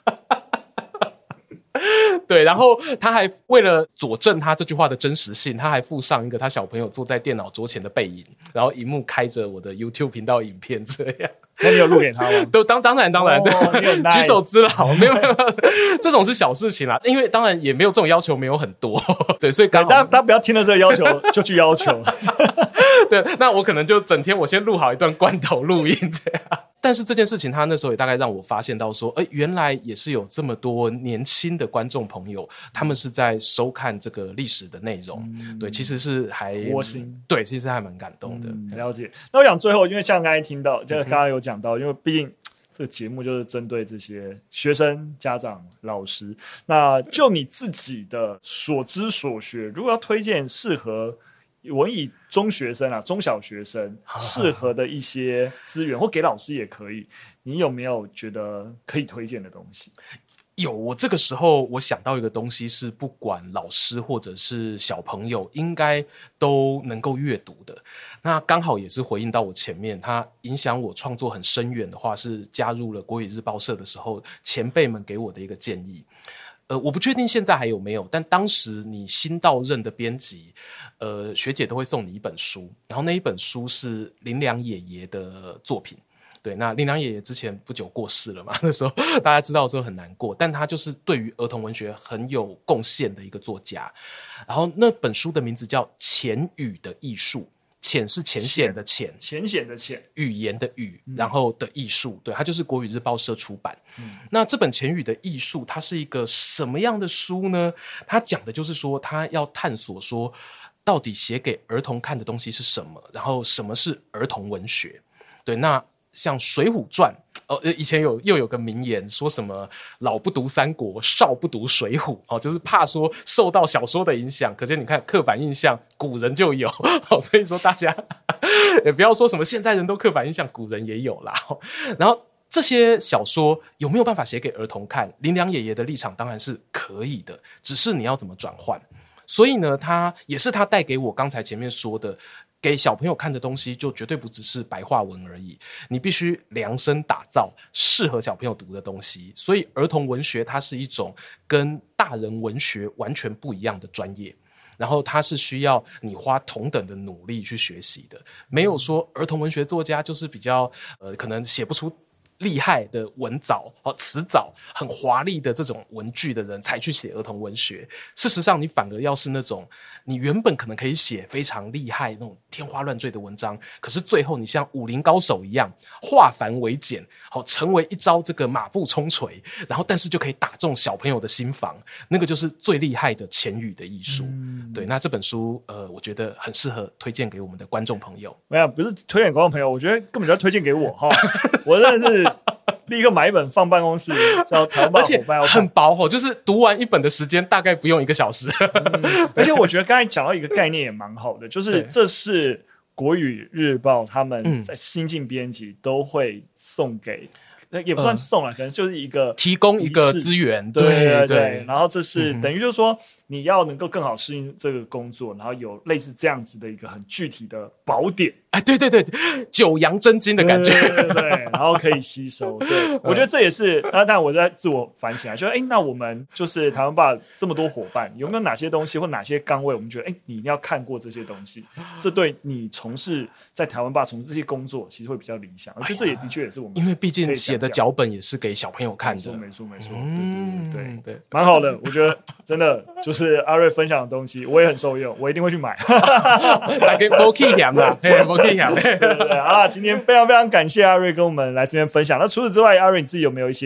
S2: 对，然后他还为了佐证他这句话的真实性，他还附上一个他小朋友坐在电脑桌前的背影，然后荧幕开着我的 YouTube 频道影片这样。
S1: 那你有录给他吗？
S2: 都当当然当然，
S1: 哦、
S2: 举手之劳，没有没有，这种是小事情啦。因为当然也没有这种要求，没有很多，对，所以刚好
S1: 大家大家不要听了这个要求就去要求。
S2: 对，那我可能就整天我先录好一段罐头录音这样。但是这件事情他那时候也大概让我发现到说，哎，原来也是有这么多年轻的观众朋友，他们是在收看这个历史的内容。嗯、对，其实是还
S1: 窝心，
S2: 对，其实还蛮感动的、
S1: 嗯。了解。那我想最后，因为像刚才听到，就刚刚有讲到，因为毕竟这个节目就是针对这些学生、家长、老师。那就你自己的所知所学，如果要推荐适合我以中学生啊、中小学生适合的一些资源，或给老师也可以，你有没有觉得可以推荐的东西？
S2: 有，我这个时候我想到一个东西是不管老师或者是小朋友应该都能够阅读的，那刚好也是回应到我前面它影响我创作很深远的话，是加入了国语日报社的时候前辈们给我的一个建议。呃，我不确定现在还有没有，但当时你新到任的编辑，呃，学姐都会送你一本书，然后那一本书是林良爷爷的作品。对，那林良爷爷之前不久过世了嘛，那时候大家知道的时候很难过，但他就是对于儿童文学很有贡献的一个作家。然后那本书的名字叫《浅语的艺术》，浅是浅显的浅，
S1: 浅显的浅，
S2: 语言的语，然后的艺术，对，它就是国语日报社出版。
S1: 嗯、
S2: 那这本浅语的艺术，它是一个什么样的书呢？它讲的就是说，它要探索说，到底写给儿童看的东西是什么，然后什么是儿童文学。对，那像《水浒传》，哦，以前有又有个名言，说什么老不读三国，少不读水浒，哦，就是怕说受到小说的影响。可见你看刻板印象，古人就有，哦，所以说大家也不要说什么现在人都刻板印象，古人也有啦。哦，然后这些小说有没有办法写给儿童看？林良爷爷的立场当然是可以的，只是你要怎么转换。所以呢，他也是他带给我刚才前面说的。给小朋友看的东西就绝对不只是白话文而已，你必须量身打造适合小朋友读的东西。所以儿童文学它是一种跟大人文学完全不一样的专业，然后它是需要你花同等的努力去学习的。没有说儿童文学作家就是比较呃可能写不出厉害的文藻、哦、词藻很华丽的这种文句的人才去写儿童文学。事实上你反而要是那种你原本可能可以写非常厉害那种天花乱坠的文章，可是最后你像武林高手一样化繁为简，好，成为一招这个马步冲锤，然后但是就可以打中小朋友的心房，那个就是最厉害的浅语的艺术。嗯、对，那这本书呃，我觉得很适合推荐给我们的观众朋友。
S1: 没有，不是推荐给观众朋友，我觉得根本就要推荐给我哈，我真的是立刻买一本放办公室，叫台湾报伙伴，
S2: 而且很薄哦，就是读完一本的时间大概不用一个小时。
S1: 嗯、而且我觉得刚才讲到一个概念也蛮好的，就是这是国语日报他们在新进编辑都会送给。也不算送了、呃，可能就是一个
S2: 提供一个资源，
S1: 对对
S2: 对,
S1: 对。然后这是、嗯、等于就是说，你要能够更好适应这个工作，然后有类似这样子的一个很具体的宝典，
S2: 哎，对对对，九阳真经的感觉，
S1: 对对 对, 对，然后可以吸收。对，我觉得这也是，当然我在自我反省啊，就是哎，那我们就是台湾吧这么多伙伴，有没有哪些东西或哪些岗位，我们觉得哎，你一定要看过这些东西，这对你从事在台湾吧从事这些工作，其实会比较理想。我觉得这也的确也是我们，
S2: 因为毕竟写的脚本也是给小朋友看的，
S1: 没错没错，
S2: 嗯，
S1: 对对对对，蛮好的。我觉得真的就是阿瑞分享的东西，我也很受用，我一定会去买。
S2: 大家没去嫌啦，嘿，没去嫌。
S1: 对对对，好啦，今天非常非常感谢阿瑞跟我们来这边分享。那除此之外，阿瑞你自己有没有一些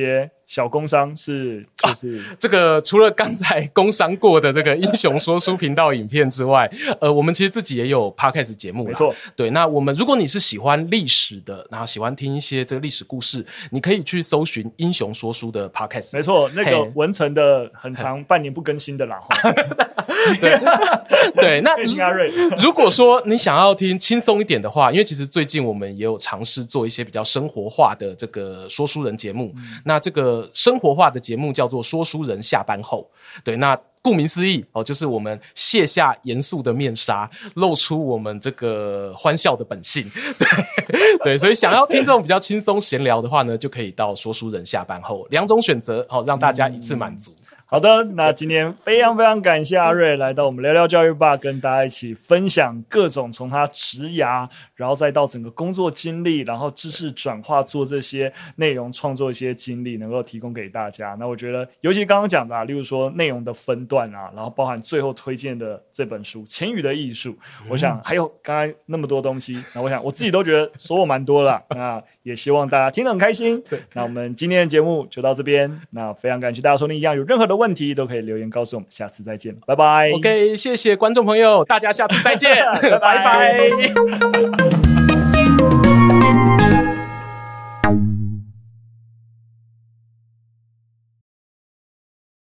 S1: 小工商是就是、
S2: 啊、这个除了刚才工商过的这个英雄说书频道影片之外，呃，我们其实自己也有 podcast 节目啦，
S1: 没错，
S2: 对。那我们如果你是喜欢历史的，然后喜欢听一些这个历史故事，你可以去搜寻英雄说书的 podcast。
S1: 没错，那个文成的很长，半年不更新的啦。
S2: 对对，那如果说你想要听轻松一点的话，因为其实最近我们也有尝试做一些比较生活化的这个说书人节目，嗯、那这个生活化的节目叫做说书人下班后，对，那顾名思义哦，就是我们卸下严肃的面纱，露出我们这个欢笑的本性。对对，所以想要听这种比较轻松闲聊的话呢，就可以到说书人下班后，两种选择，好、哦、让大家一次满足。嗯
S1: 好的，那今天非常非常感谢阿瑞来到我们聊聊教育吧，跟大家一起分享各种从他职涯，然后再到整个工作经历，然后知识转化做这些内容创作一些经历，能够提供给大家。那我觉得，尤其刚刚讲的、啊，例如说内容的分段啊，然后包含最后推荐的这本书《钱语的艺术》，我想还有刚才那么多东西，那我想我自己都觉得说我蛮多了，那也希望大家听得很开心。对，那我们今天的节目就到这边，那非常感谢大家收听，一样有任何的问题都可以留言告诉我们，下次再见，拜拜。
S2: OK， 谢谢观众朋友，大家下次再见，拜拜。